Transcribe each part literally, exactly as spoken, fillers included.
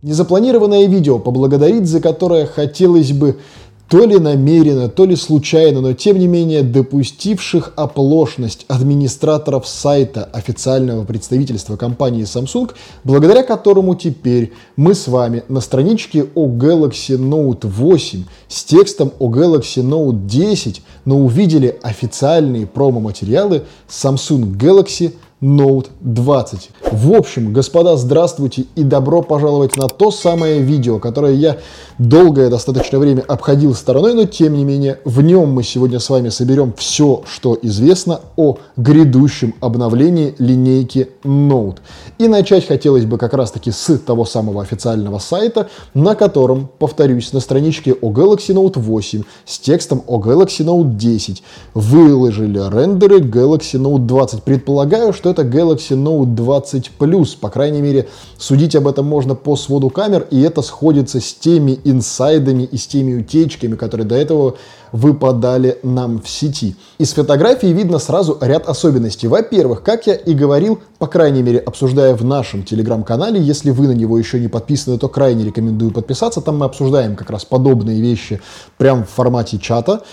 Незапланированное видео, поблагодарить за которое хотелось бы то ли намеренно, то ли случайно, но тем не менее допустивших оплошность администраторов сайта официального представительства компании Samsung, благодаря которому теперь мы с вами на страничке о Galaxy Note восемь с текстом о Galaxy Note десять, но увидели официальные промо-материалы Samsung Galaxy Note двадцать. В общем, господа, здравствуйте и добро пожаловать на то самое видео, которое я долгое достаточно время обходил стороной, но тем не менее в нем мы сегодня с вами соберем все, что известно о грядущем обновлении линейки Note. И начать хотелось бы как раз таки с того самого официального сайта, на котором, повторюсь, на страничке о Galaxy Note восемь с текстом о Galaxy Note десять выложили рендеры Galaxy Note двадцать. Предполагаю, что это Galaxy Note двадцать плюс, по крайней мере, судить об этом можно по своду камер, и это сходится с теми инсайдами и с теми утечками, которые до этого выпадали нам в сети. Из фотографии видно сразу ряд особенностей. Во-первых, как я и говорил, по крайней мере, обсуждая в нашем телеграм-канале, если вы на него еще не подписаны, то крайне рекомендую подписаться, там мы обсуждаем как раз подобные вещи прямо в формате чата.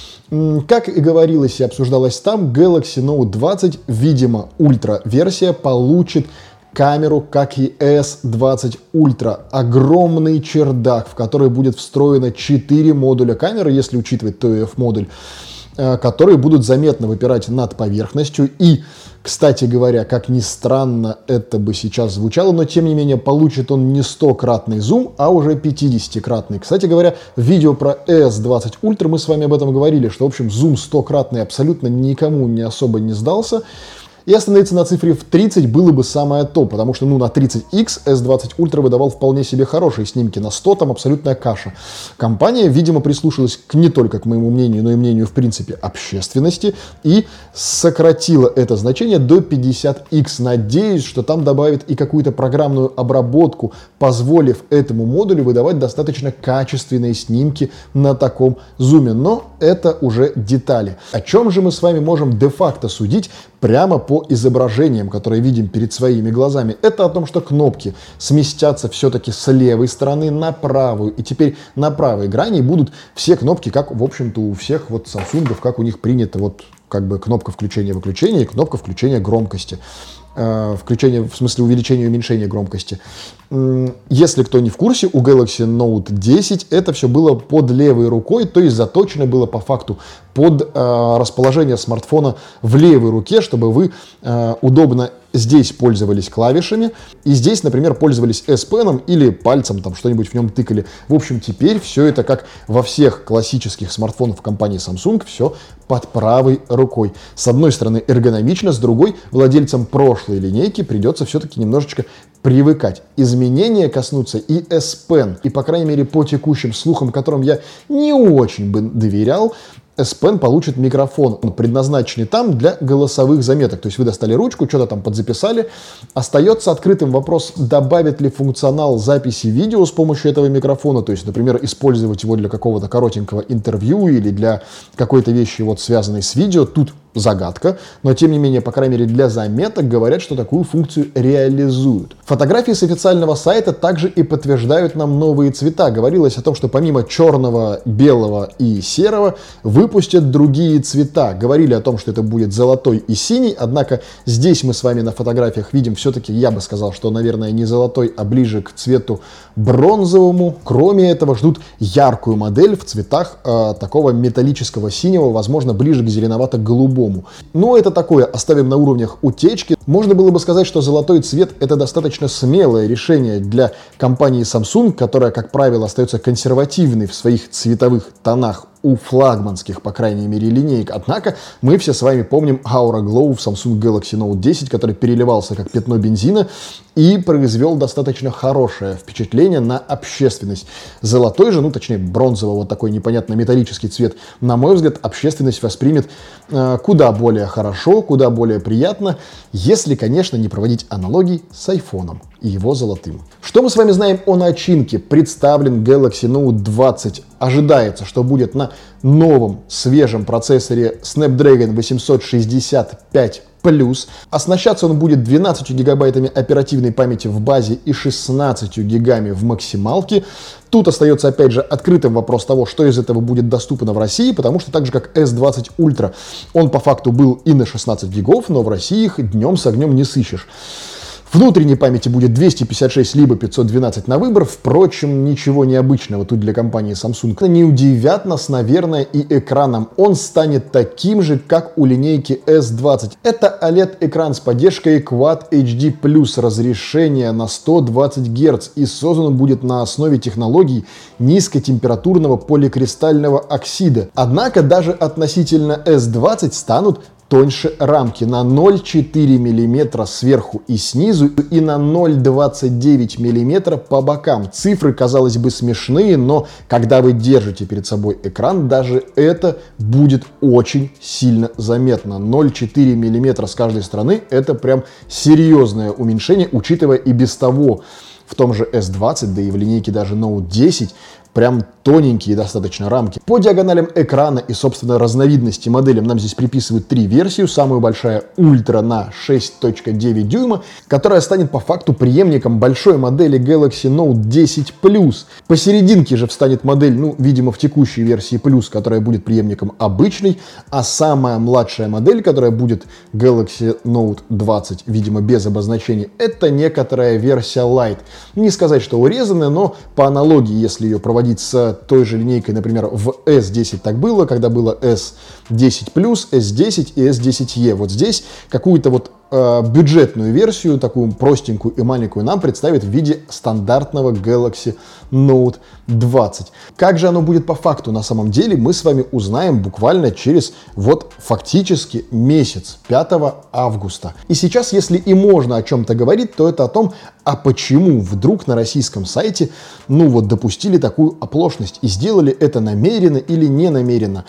Как и говорилось и обсуждалось там, Galaxy Note двадцать, видимо, ультра-версия, получит камеру, как и эс двадцать Ultra. Огромный чердак, в который будет встроено четыре модуля камеры, если учитывать ти о эф-модуль, которые будут заметно выпирать над поверхностью. И, кстати говоря, как ни странно это бы сейчас звучало, но тем не менее получит он не стократный зум, а уже пятидесятикратный. Кстати говоря, в видео про эс двадцать Ultra мы с вами об этом говорили, что, в общем, зум стократный абсолютно никому не особо не сдался. И остановиться на цифре в тридцать было бы самое то, потому что ну, на тридцать икс эс двадцать Ultra выдавал вполне себе хорошие снимки, на сто там абсолютная каша. Компания, видимо, прислушалась к, не только к моему мнению, но и мнению, в принципе, общественности и сократила это значение до пятьдесят икс. Надеюсь, что там добавят и какую-то программную обработку, позволив этому модулю выдавать достаточно качественные снимки на таком зуме. Но это уже детали. О чем же мы с вами можем де-факто судить прямо по изображениям, которые видим перед своими глазами? Это о том, что кнопки сместятся все-таки с левой стороны на правую. И теперь на правой грани будут все кнопки, как, в общем-то, у всех вот Samsung, как у них принято, вот как бы кнопка включения-выключения и кнопка включения громкости. Э, включение, в смысле увеличения и уменьшения громкости. Если кто не в курсе, у Galaxy Note десять это все было под левой рукой, то есть заточено было по факту под э, расположение смартфона в левой руке, чтобы вы э, удобно здесь пользовались клавишами, и здесь, например, пользовались S-Pen или пальцем, там что-нибудь в нем тыкали. В общем, теперь все это, как во всех классических смартфонах компании Samsung, все под правой рукой. С одной стороны эргономично, с другой владельцам прошлой линейки придется все-таки немножечко привыкать. Изменения коснутся и S-Pen, и, по крайней мере, по текущим слухам, которым я не очень бы доверял, S-Pen получит микрофон, предназначенный там для голосовых заметок. То есть вы достали ручку, что-то там подзаписали. Остается открытым вопрос, добавит ли функционал записи видео с помощью этого микрофона. То есть, например, использовать его для какого-то коротенького интервью или для какой-то вещи, вот, связанной с видео. Тут загадка, но тем не менее, по крайней мере, для заметок говорят, что такую функцию реализуют. Фотографии с официального сайта также и подтверждают нам новые цвета. Говорилось о том, что помимо черного, белого и серого выпустят другие цвета. Говорили о том, что это будет золотой и синий, однако здесь мы с вами на фотографиях видим все-таки, я бы сказал, что, наверное, не золотой, а ближе к цвету бронзовому. Кроме этого, ждут яркую модель в цветах э, такого металлического синего, возможно, ближе к зеленовато-голубому. Но это такое, оставим на уровнях утечки. Можно было бы сказать, что золотой цвет — это достаточно смелое решение для компании Samsung, которая, как правило, остается консервативной в своих цветовых тонах у флагманских, по крайней мере, линеек. Однако мы все с вами помним Aura Glow в Samsung Galaxy Note десять, который переливался как пятно бензина и произвел достаточно хорошее впечатление на общественность. Золотой же, ну точнее бронзовый, вот такой непонятно металлический цвет, на мой взгляд, общественность воспримет э, куда более хорошо, куда более приятно, если, конечно, не проводить аналогий с айфоном и его золотым. Что мы с вами знаем о начинке? Представлен Galaxy Note двадцать. Ожидается, что будет на новом свежем процессоре Snapdragon восемьсот шестьдесят пять плюс. Оснащаться он будет двенадцатью гигабайтами оперативной памяти в базе и шестнадцатью гигами в максималке. Тут остается, опять же, открытым вопрос того, что из этого будет доступно в России, потому что так же, как эс двадцать Ультра, он по факту был и на шестнадцать гигов, но в России их днем с огнем не сыщешь. Внутренней памяти будет двести пятьдесят шесть либо пятьсот двенадцать на выбор. Впрочем, ничего необычного тут для компании Samsung. Не удивят нас, наверное, и экраном. Он станет таким же, как у линейки эс двадцать. Это о лед-экран с поддержкой Quad эйч ди плюс разрешения на сто двадцать герц и создан он будет на основе технологий низкотемпературного поликристального оксида. Однако даже относительно эс двадцать станут тоньше рамки на ноль целых четыре десятых миллиметра сверху и снизу и на ноль целых двадцать девять сотых миллиметра по бокам. Цифры, казалось бы, смешные, но когда вы держите перед собой экран, даже это будет очень сильно заметно. ноль целых четыре десятых миллиметра с каждой стороны — это прям серьезное уменьшение, учитывая и без того в том же эс двадцать, да и в линейке даже ноут десять, прям тоненькие достаточно рамки. По диагоналям экрана и, собственно, разновидности моделям нам здесь приписывают три версии. Самую большая Ультра на шесть целых девять дюйма, которая станет по факту преемником большой модели Galaxy ноут десять плюс. Посерединке же встанет модель, ну, видимо, в текущей версии плюс, которая будет преемником обычной, а самая младшая модель, которая будет Galaxy ноут двадцать, видимо, без обозначений, это некоторая версия Lite. Не сказать, что урезанная, но по аналогии, если ее проводить с той же линейкой, например, в эс десять так было, когда было эс десять плюс, эс десять и эс десять и. Вот здесь какую-то вот э, бюджетную версию, такую простенькую и маленькую, нам представит в виде стандартного Galaxy ноут двадцать. Как же оно будет по факту на самом деле, мы с вами узнаем буквально через вот фактически месяц, пятого августа. И сейчас, если и можно о чем-то говорить, то это о том, а почему вдруг на российском сайте, ну вот, допустили такую оплошность и сделали это намеренно или не намеренно.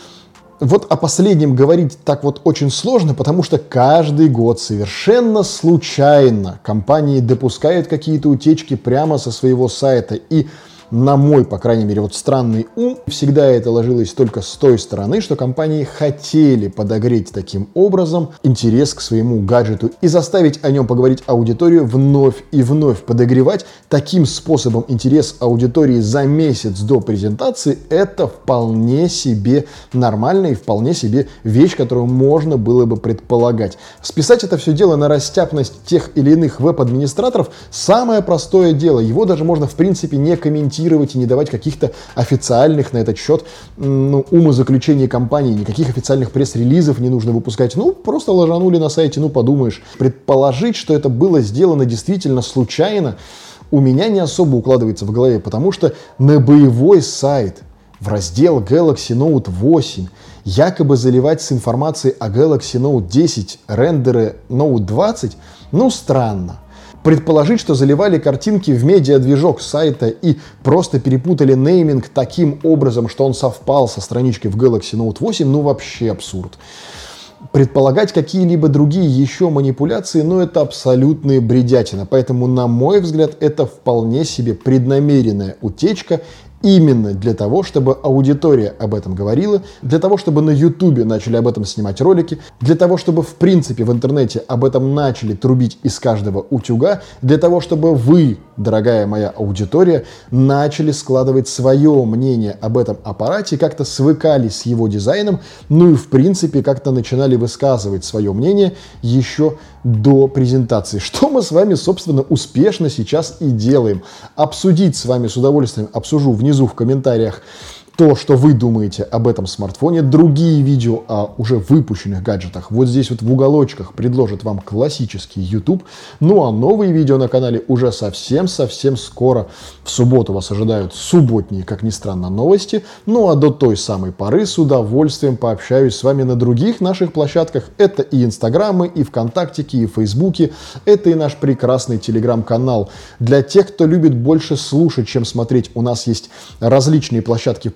Вот о последнем говорить так вот очень сложно, потому что каждый год совершенно случайно компании допускают какие-то утечки прямо со своего сайта. И на мой, по крайней мере, вот странный ум, всегда это ложилось только с той стороны, что компании хотели подогреть таким образом интерес к своему гаджету и заставить о нем поговорить аудиторию вновь и вновь. Подогревать таким способом интерес аудитории за месяц до презентации — это вполне себе нормально и вполне себе вещь, которую можно было бы предполагать. Списать это все дело на растяпность тех или иных веб-администраторов — самое простое дело. Его даже можно, в принципе, не комментировать и не давать каких-то официальных на этот счет ну, умозаключений компании, никаких официальных пресс-релизов не нужно выпускать. Ну, просто ложанули на сайте, ну, подумаешь. Предположить, что это было сделано действительно случайно, у меня не особо укладывается в голове, потому что на боевой сайт в раздел Galaxy ноут восемь якобы заливать с информацией о Galaxy ноут десять рендеры ноут двадцать, ну, странно. Предположить, что заливали картинки в медиадвижок сайта и просто перепутали нейминг таким образом, что он совпал со страничкой в Galaxy ноут восемь, ну вообще абсурд. Предполагать какие-либо другие еще манипуляции, ну это абсолютная бредятина. Поэтому, на мой взгляд, это вполне себе преднамеренная утечка, именно для того, чтобы аудитория об этом говорила, для того, чтобы на Ютубе начали об этом снимать ролики, для того, чтобы в принципе в интернете об этом начали трубить из каждого утюга, для того, чтобы вы, дорогая моя аудитория, начали складывать свое мнение об этом аппарате, как-то свыкались с его дизайном, ну и в принципе как-то начинали высказывать свое мнение еще до презентации. Что мы с вами, собственно, успешно сейчас и делаем. Обсудить с вами с удовольствием обсужу внизу в комментариях то, что вы думаете об этом смартфоне. Другие видео о уже выпущенных гаджетах вот здесь вот в уголочках предложит вам классический YouTube. Ну а новые видео на канале уже совсем-совсем скоро. В субботу вас ожидают субботние, как ни странно, новости. Ну а до той самой поры с удовольствием пообщаюсь с вами на других наших площадках. Это и Инстаграмы, и ВКонтактике, и Фейсбуке. Это и наш прекрасный Телеграм-канал. Для тех, кто любит больше слушать, чем смотреть, у нас есть различные площадки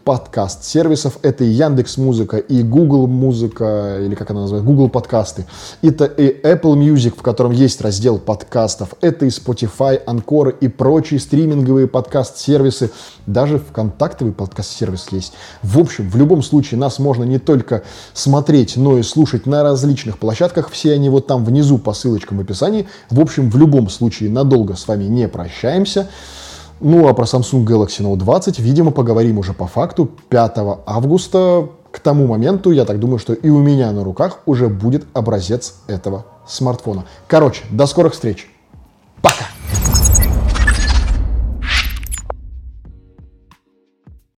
подкаст-сервисов. Это и Яндекс.Музыка, и Google Музыка, или как она называется, Google подкасты. Это и Apple Music, в котором есть раздел подкастов. Это и Spotify, Anchor и прочие стриминговые подкаст-сервисы. Даже ВКонтактовый подкаст-сервис есть. В общем, в любом случае нас можно не только смотреть, но и слушать на различных площадках. Все они вот там внизу по ссылочкам в описании. В общем, в любом случае надолго с вами не прощаемся. Ну а про Samsung Galaxy Note двадцать, видимо, поговорим уже по факту пятого августа. К тому моменту, я так думаю, что и у меня на руках уже будет образец этого смартфона. Короче, до скорых встреч!